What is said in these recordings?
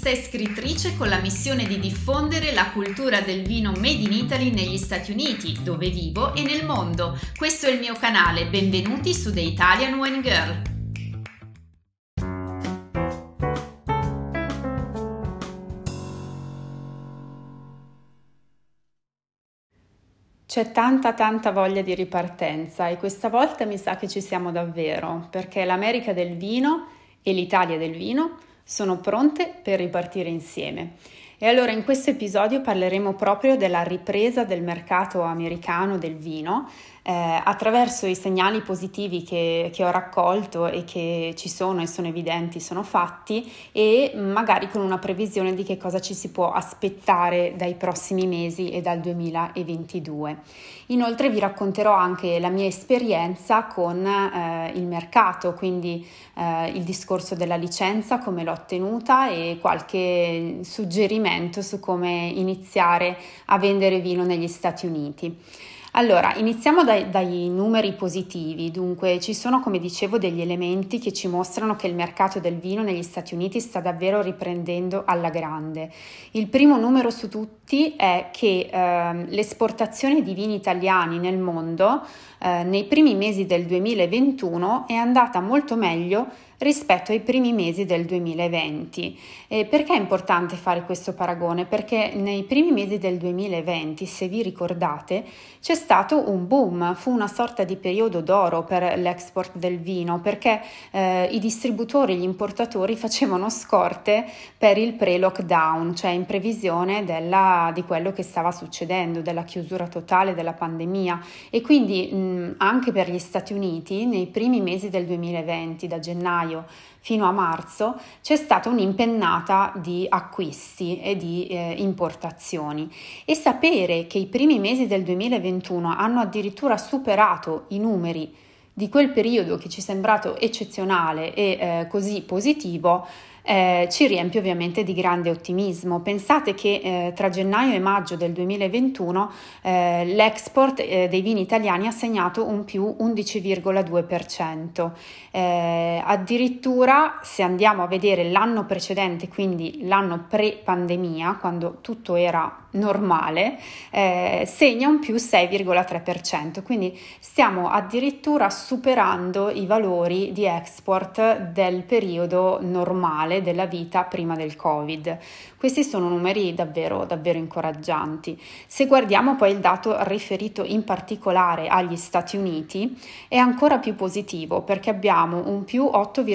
giornalista e scrittrice con la missione di diffondere la cultura del vino Made in Italy negli Stati Uniti, dove vivo, e nel mondo. Questo è il mio canale, benvenuti su The Italian Wine Girl. C'è tanta voglia di ripartenza e questa volta mi sa che ci siamo davvero, perché l'America del vino e l'Italia del vino sono pronte per ripartire insieme. E allora in questo episodio parleremo proprio della ripresa del mercato americano del vino attraverso i segnali positivi che ho raccolto e che ci sono e sono evidenti, sono fatti, e magari con una previsione di che cosa ci si può aspettare dai prossimi mesi e dal 2022. Inoltre vi racconterò anche la mia esperienza con il mercato, quindi il discorso della licenza, come l'ho ottenuta e qualche suggerimento su come iniziare a vendere vino negli Stati Uniti. Allora, iniziamo dai numeri positivi. Dunque, ci sono, come dicevo, degli elementi che ci mostrano che il mercato del vino negli Stati Uniti sta davvero riprendendo alla grande. Il primo numero su tutti è che l'esportazione di vini italiani nel mondo nei primi mesi del 2021 è andata molto meglio rispetto ai primi mesi del 2020. Perché è importante fare questo paragone? Perché nei primi mesi del 2020, se vi ricordate, c'è stato un boom, fu una sorta di periodo d'oro per l'export del vino, perché i distributori, gli importatori facevano scorte per il pre-lockdown, cioè in previsione di quello che stava succedendo, della chiusura totale della pandemia, e quindi anche per gli Stati Uniti nei primi mesi del 2020, da gennaio fino a marzo, c'è stata un'impennata di acquisti e di importazioni, e sapere che i primi mesi del 2021 hanno addirittura superato i numeri di quel periodo che ci è sembrato eccezionale e così positivo ci riempie ovviamente di grande ottimismo. Pensate che tra gennaio e maggio del 2021 l'export dei vini italiani ha segnato un più 11,2%. Addirittura, se andiamo a vedere l'anno precedente, quindi l'anno pre-pandemia, quando tutto era normale, segna un più 6,3%, quindi stiamo addirittura superando i valori di export del periodo normale della vita prima del Covid. Questi sono numeri davvero incoraggianti. Se guardiamo poi il dato riferito in particolare agli Stati Uniti, è ancora più positivo, perché abbiamo un più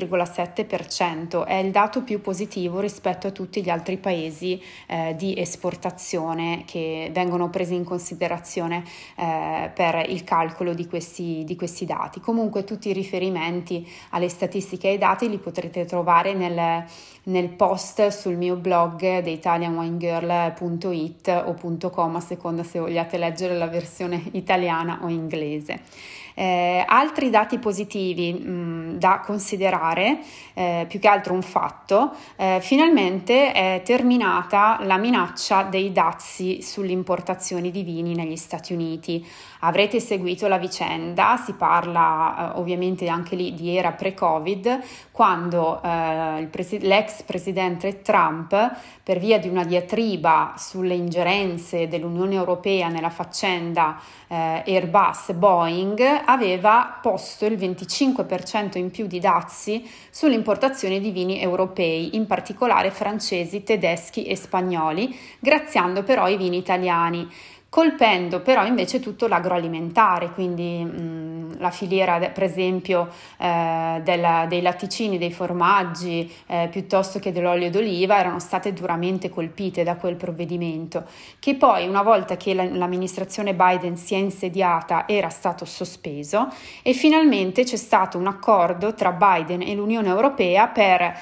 8,7%, è il dato più positivo rispetto a tutti gli altri paesi di esportazione che vengono presi in considerazione per il calcolo di questi dati. Comunque tutti i riferimenti alle statistiche e ai dati li potrete trovare nel post sul mio blog theitalianwinegirl.it o .com, a seconda se vogliate leggere la versione italiana o inglese. Altri dati positivi da considerare, più che altro un fatto: finalmente è terminata la minaccia dei dazi sulle importazioni di vini negli Stati Uniti. Avrete seguito la vicenda, si parla ovviamente anche lì di era pre-Covid, quando l'ex presidente Trump, per via di una diatriba sulle ingerenze dell'Unione Europea nella faccenda Airbus-Boeing, aveva posto il 25% in più di dazi sull'importazione di vini europei, in particolare francesi, tedeschi e spagnoli, graziando però i vini italiani, colpendo però invece tutto l'agroalimentare, quindi la filiera per esempio dei latticini, dei formaggi, piuttosto che dell'olio d'oliva, erano state duramente colpite da quel provvedimento, che poi, una volta che l'amministrazione Biden si è insediata, era stato sospeso, e finalmente c'è stato un accordo tra Biden e l'Unione Europea per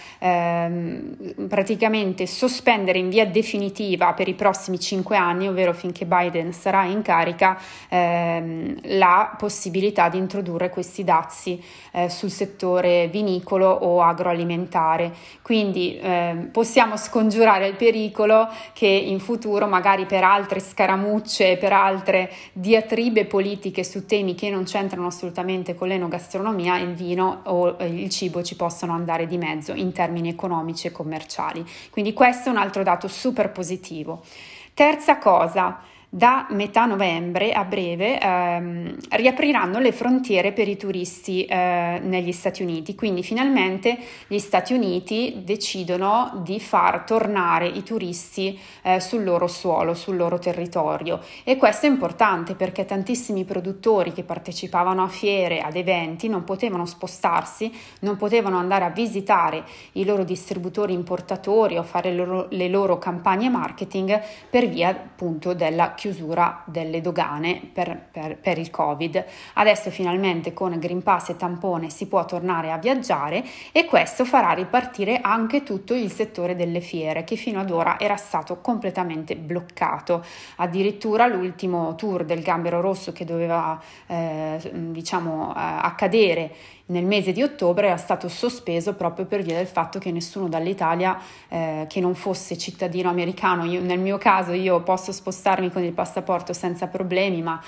praticamente sospendere in via definitiva per i prossimi 5 anni, ovvero finché Biden Biden sarà in carica la possibilità di introdurre questi dazi sul settore vinicolo o agroalimentare. Quindi possiamo scongiurare il pericolo che in futuro, magari per altre scaramucce, per altre diatribe politiche su temi che non c'entrano assolutamente con l'enogastronomia, il vino o il cibo ci possano andare di mezzo in termini economici e commerciali. Quindi questo è un altro dato super positivo. Terza cosa, da metà novembre a breve riapriranno le frontiere per i turisti negli Stati Uniti, quindi finalmente gli Stati Uniti decidono di far tornare i turisti sul loro suolo, sul loro territorio, e questo è importante perché tantissimi produttori che partecipavano a fiere, ad eventi, non potevano spostarsi, non potevano andare a visitare i loro distributori importatori o fare le loro campagne marketing per via appunto della chiusura delle dogane per il Covid. Adesso finalmente con Green Pass e tampone si può tornare a viaggiare, e questo farà ripartire anche tutto il settore delle fiere che fino ad ora era stato completamente bloccato. Addirittura l'ultimo tour del Gambero Rosso che doveva accadere nel mese di ottobre era stato sospeso proprio per via del fatto che nessuno dall'Italia che non fosse cittadino americano, nel mio caso io posso spostarmi con il passaporto senza problemi, ma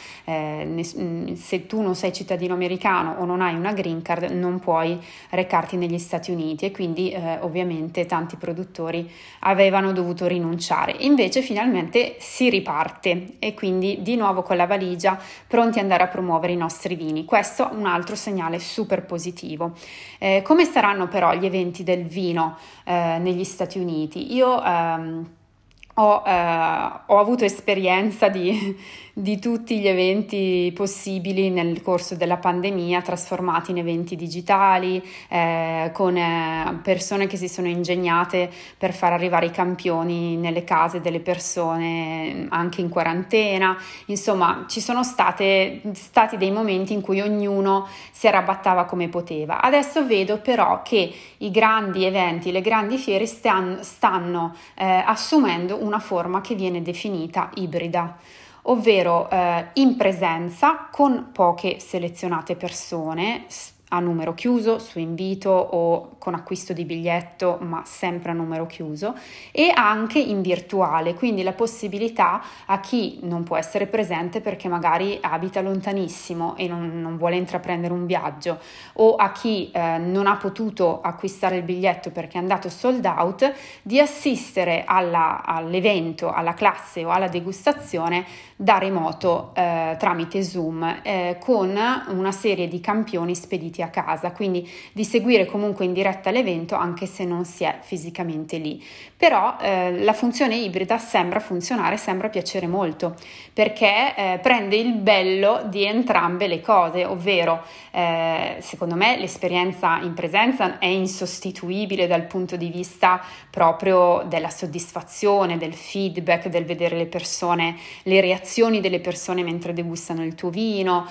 se tu non sei cittadino americano o non hai una green card non puoi recarti negli Stati Uniti, e quindi ovviamente tanti produttori avevano dovuto rinunciare. Invece finalmente si riparte, e quindi di nuovo con la valigia pronti ad andare a promuovere i nostri vini. Questo è un altro segnale super positivo. Come saranno però gli eventi del vino negli Stati Uniti? Io ho avuto esperienza di tutti gli eventi possibili nel corso della pandemia, trasformati in eventi digitali, con persone che si sono ingegnate per far arrivare i campioni nelle case delle persone anche in quarantena. Insomma, ci sono stati dei momenti in cui ognuno si arrabattava come poteva. Adesso vedo però che i grandi eventi, le grandi fiere stanno assumendo una forma che viene definita ibrida, ovvero in presenza con poche selezionate persone, a numero chiuso, su invito o con acquisto di biglietto, ma sempre a numero chiuso, e anche in virtuale, quindi la possibilità a chi non può essere presente perché magari abita lontanissimo e non vuole intraprendere un viaggio, o a chi non ha potuto acquistare il biglietto perché è andato sold out, di assistere all'evento, alla classe o alla degustazione da remoto tramite Zoom, con una serie di campioni spediti a casa, quindi di seguire comunque in diretta l'evento anche se non si è fisicamente lì. Però la funzione ibrida sembra funzionare, sembra piacere molto, perché prende il bello di entrambe le cose, ovvero secondo me l'esperienza in presenza è insostituibile dal punto di vista proprio della soddisfazione, del feedback, del vedere le persone, le reazioni delle persone mentre degustano il tuo vino,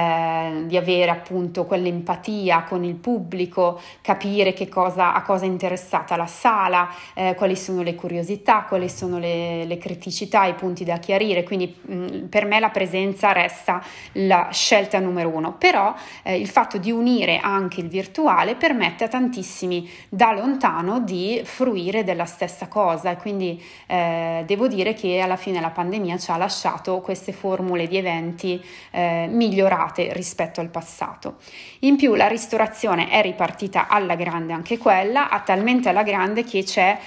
di avere appunto quell'empatia con il pubblico, capire a cosa è interessata la sala, quali sono le curiosità, quali sono le criticità, i punti da chiarire. Quindi per me la presenza resta la scelta numero uno, però il fatto di unire anche il virtuale permette a tantissimi da lontano di fruire della stessa cosa, e quindi devo dire che alla fine la pandemia ci ha lasciato queste formule di eventi migliorate rispetto al passato. In più la ristorazione è ripartita alla grande anche quella, talmente alla grande che c'è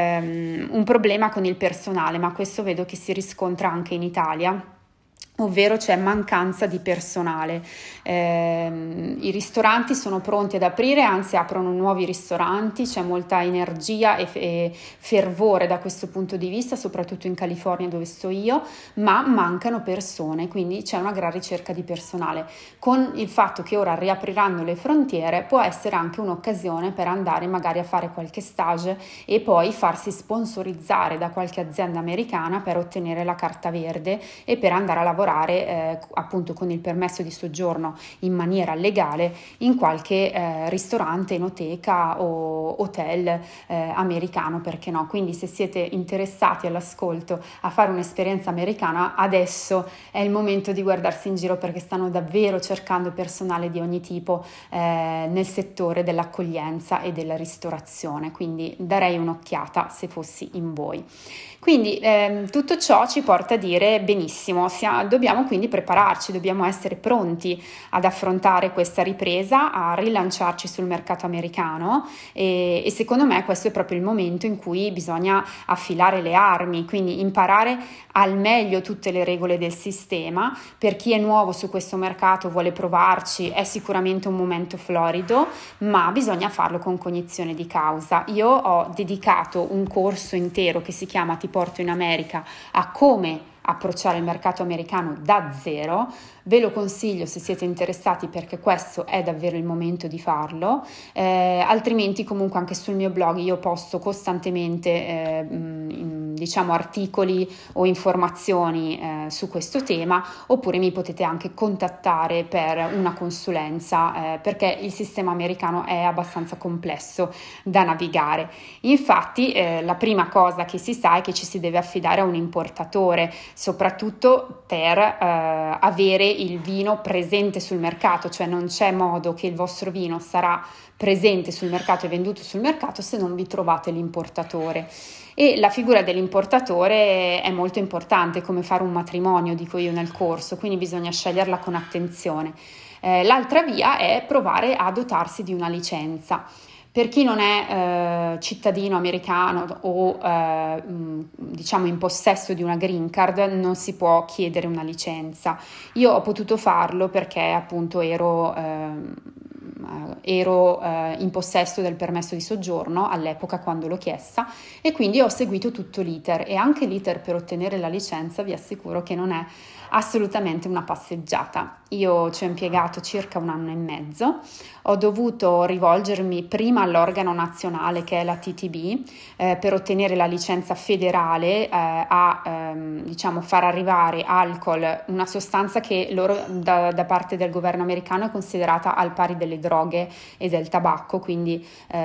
un problema con il personale, ma questo vedo che si riscontra anche in Italia, ovvero c'è mancanza di personale. I ristoranti sono pronti ad aprire, anzi aprono nuovi ristoranti, c'è molta energia e fervore da questo punto di vista, soprattutto in California dove sto io, ma mancano persone, quindi c'è una gran ricerca di personale. Con il fatto che ora riapriranno le frontiere può essere anche un'occasione per andare magari a fare qualche stage e poi farsi sponsorizzare da qualche azienda americana per ottenere la carta verde e per andare a lavorare lavorare appunto con il permesso di soggiorno in maniera legale in qualche ristorante, enoteca o hotel americano, perché no? Quindi se siete interessati all'ascolto a fare un'esperienza americana, adesso è il momento di guardarsi in giro, perché stanno davvero cercando personale di ogni tipo nel settore dell'accoglienza e della ristorazione, quindi darei un'occhiata se fossi in voi. Quindi tutto ciò ci porta a dire benissimo, dobbiamo quindi prepararci, dobbiamo essere pronti ad affrontare questa ripresa, a rilanciarci sul mercato americano e secondo me questo è proprio il momento in cui bisogna affilare le armi, quindi imparare al meglio tutte le regole del sistema. Per chi è nuovo su questo mercato, vuole provarci, è sicuramente un momento florido, ma bisogna farlo con cognizione di causa. Io ho dedicato un corso intero che si chiama Ti porto in America a come approcciare il mercato americano da zero. Ve lo consiglio se siete interessati, perché questo è davvero il momento di farlo, altrimenti comunque anche sul mio blog io posto costantemente diciamo articoli o informazioni su questo tema, oppure mi potete anche contattare per una consulenza, perché il sistema americano è abbastanza complesso da navigare. Infatti la prima cosa che si sa è che ci si deve affidare a un importatore, soprattutto per avere il vino presente sul mercato, cioè non c'è modo che il vostro vino sarà presente sul mercato e venduto sul mercato se non vi trovate l'importatore. E la figura dell'importatore è molto importante, come fare un matrimonio, dico io nel corso, quindi bisogna sceglierla con attenzione. L'altra via è provare a dotarsi di una licenza. Per chi non è cittadino americano o diciamo in possesso di una green card, non si può chiedere una licenza. Io ho potuto farlo perché appunto ero in possesso del permesso di soggiorno all'epoca quando l'ho chiesta, e quindi ho seguito tutto l'iter, e anche l'iter per ottenere la licenza vi assicuro che non è assolutamente una passeggiata. Io ci ho impiegato circa 1 anno e mezzo, ho dovuto rivolgermi prima all'organo nazionale che è la TTB per ottenere la licenza federale diciamo far arrivare alcol, una sostanza che loro da parte del governo americano è considerata al pari delle droghe e del tabacco, quindi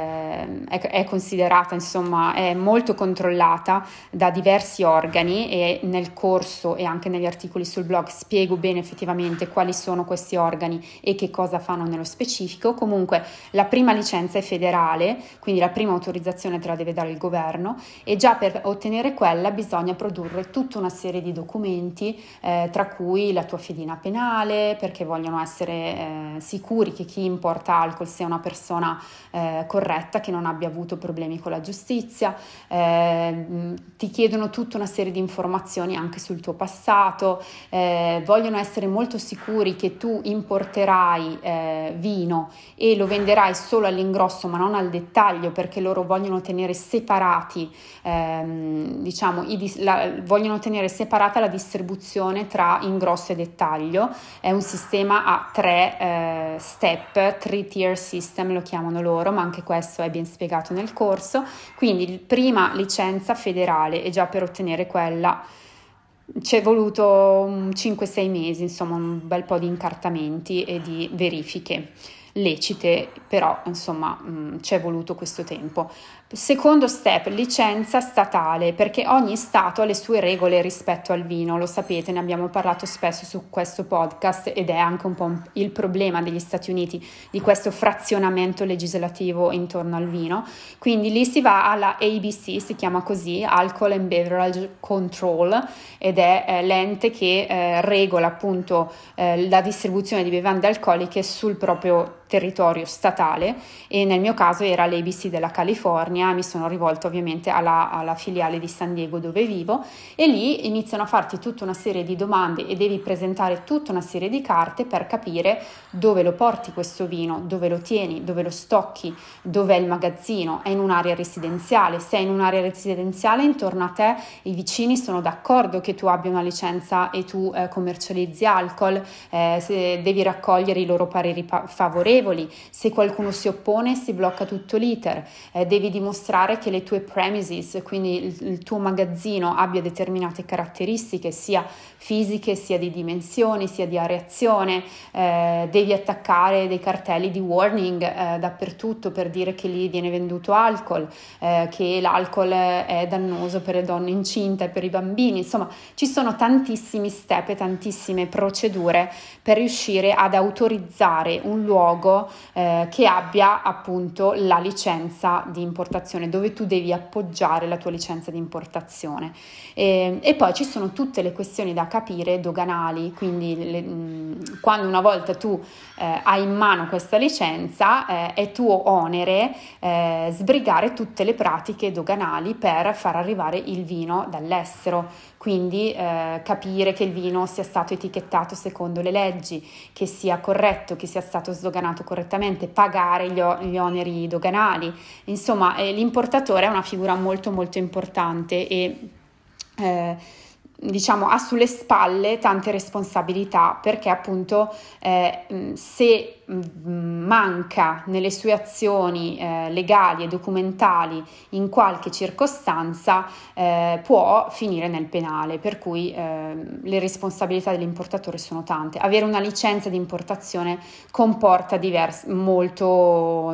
è considerata, insomma, è molto controllata da diversi organi, e nel corso e anche negli articoli sul blog spiego bene effettivamente quali sono questi organi e che cosa fanno nello specifico. Comunque la prima licenza è federale, quindi la prima autorizzazione te la deve dare il governo, e già per ottenere quella bisogna produrre tutta una serie di documenti, tra cui la tua fedina penale, perché vogliono essere sicuri che chi importa alcol sia una persona corretta, che non abbia avuto problemi con la giustizia. Ti chiedono tutta una serie di informazioni anche sul tuo passato, vogliono essere molto sicuri che tu importerai vino e lo venderai solo all'ingrosso ma non al dettaglio, perché loro vogliono tenere separati diciamo vogliono tenere separata la distribuzione tra ingrosso e dettaglio. È un sistema a 3 step, 3-tier system lo chiamano loro, ma anche questo è ben spiegato nel corso. Quindi prima licenza federale, e già per ottenere quella ci è voluto 5-6 mesi, insomma un bel po' di incartamenti e di verifiche lecite, però insomma ci è voluto questo tempo. Secondo step, licenza statale, perché ogni stato ha le sue regole rispetto al vino, lo sapete, ne abbiamo parlato spesso su questo podcast, ed è anche un po' il problema degli Stati Uniti, di questo frazionamento legislativo intorno al vino. Quindi lì si va alla ABC, si chiama così, Alcohol and Beverage Control, ed è l'ente che regola appunto la distribuzione di bevande alcoliche sul proprio territorio statale, e nel mio caso era l'ABC della California. Mi sono rivolta ovviamente alla filiale di San Diego dove vivo, e lì iniziano a farti tutta una serie di domande e devi presentare tutta una serie di carte per capire dove lo porti questo vino, dove lo tieni, dove lo stocchi, dov'è il magazzino, è in un'area residenziale. Se è in un'area residenziale, intorno a te i vicini sono d'accordo che tu abbia una licenza e tu commercializzi alcol, se devi raccogliere i loro pareri favorevoli, favorevoli, se qualcuno si oppone si blocca tutto l'iter, devi dimostrare che le tue premises, quindi il tuo magazzino, abbia determinate caratteristiche sia fisiche sia di dimensioni sia di areazione, devi attaccare dei cartelli di warning dappertutto per dire che lì viene venduto alcol, che l'alcol è dannoso per le donne incinte e per i bambini. Insomma, ci sono tantissimi step e tantissime procedure per riuscire ad autorizzare un luogo che abbia appunto la licenza di importazione, dove tu devi appoggiare la tua licenza di importazione. E poi ci sono tutte le questioni da capire doganali, quindi quando una volta tu hai in mano questa licenza è tuo onere sbrigare tutte le pratiche doganali per far arrivare il vino dall'estero, quindi capire che il vino sia stato etichettato secondo le leggi, che sia corretto, che sia stato sdoganato correttamente, pagare gli oneri doganali. Insomma, l'importatore è una figura molto molto importante e diciamo ha sulle spalle tante responsabilità, perché appunto se manca nelle sue azioni legali e documentali in qualche circostanza può finire nel penale, per cui le responsabilità dell'importatore sono tante. Avere una licenza di importazione comporta molto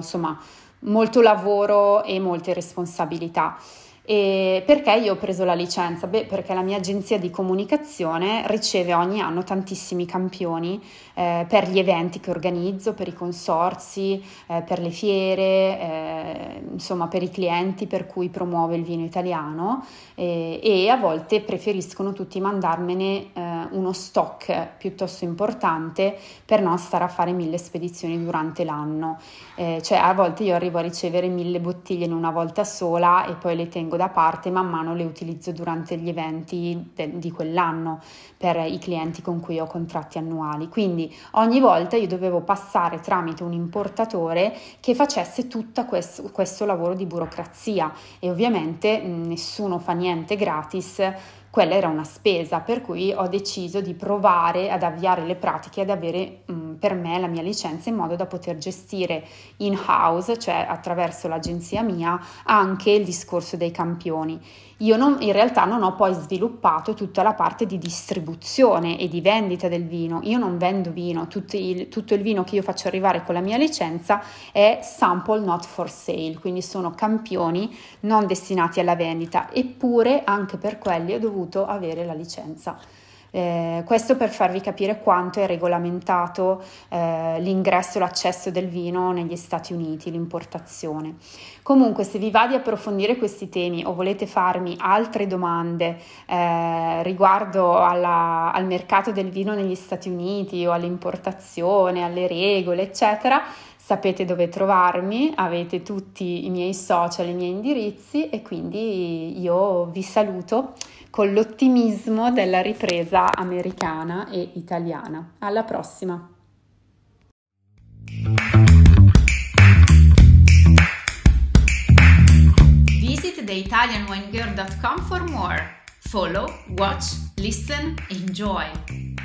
lavoro e molte responsabilità. E perché io ho preso la licenza? Perché la mia agenzia di comunicazione riceve ogni anno tantissimi campioni per gli eventi che organizzo, per i consorzi, per le fiere, insomma per i clienti per cui promuove il vino italiano, e a volte preferiscono tutti mandarmene uno stock piuttosto importante per non stare a fare 1000 spedizioni durante l'anno. Cioè a volte io arrivo a ricevere 1000 bottiglie in una volta sola e poi le tengo da parte, man mano le utilizzo durante gli eventi di quell'anno per i clienti con cui ho contratti annuali. Quindi ogni volta io dovevo passare tramite un importatore che facesse tutto questo lavoro di burocrazia, e ovviamente nessuno fa niente gratis. Quella era una spesa, per cui ho deciso di provare ad avviare le pratiche, ad avere per me la mia licenza, in modo da poter gestire in house, cioè attraverso l'agenzia mia, anche il discorso dei campioni. Io in realtà non ho poi sviluppato tutta la parte di distribuzione e di vendita del vino. Io non vendo vino, tutto il vino che io faccio arrivare con la mia licenza è sample not for sale, quindi sono campioni non destinati alla vendita, eppure anche per quelli ho dovuto avere la licenza. Questo per farvi capire quanto è regolamentato l'ingresso e l'accesso del vino negli Stati Uniti, l'importazione. Comunque, se vi va di approfondire questi temi o volete farmi altre domande riguardo al mercato del vino negli Stati Uniti o all'importazione, alle regole, eccetera, sapete dove trovarmi, avete tutti i miei social, i miei indirizzi, e quindi io vi saluto con l'ottimismo della ripresa americana e italiana. Alla prossima! Visit theitalianwinegirl.com for more. Follow, watch, listen, enjoy.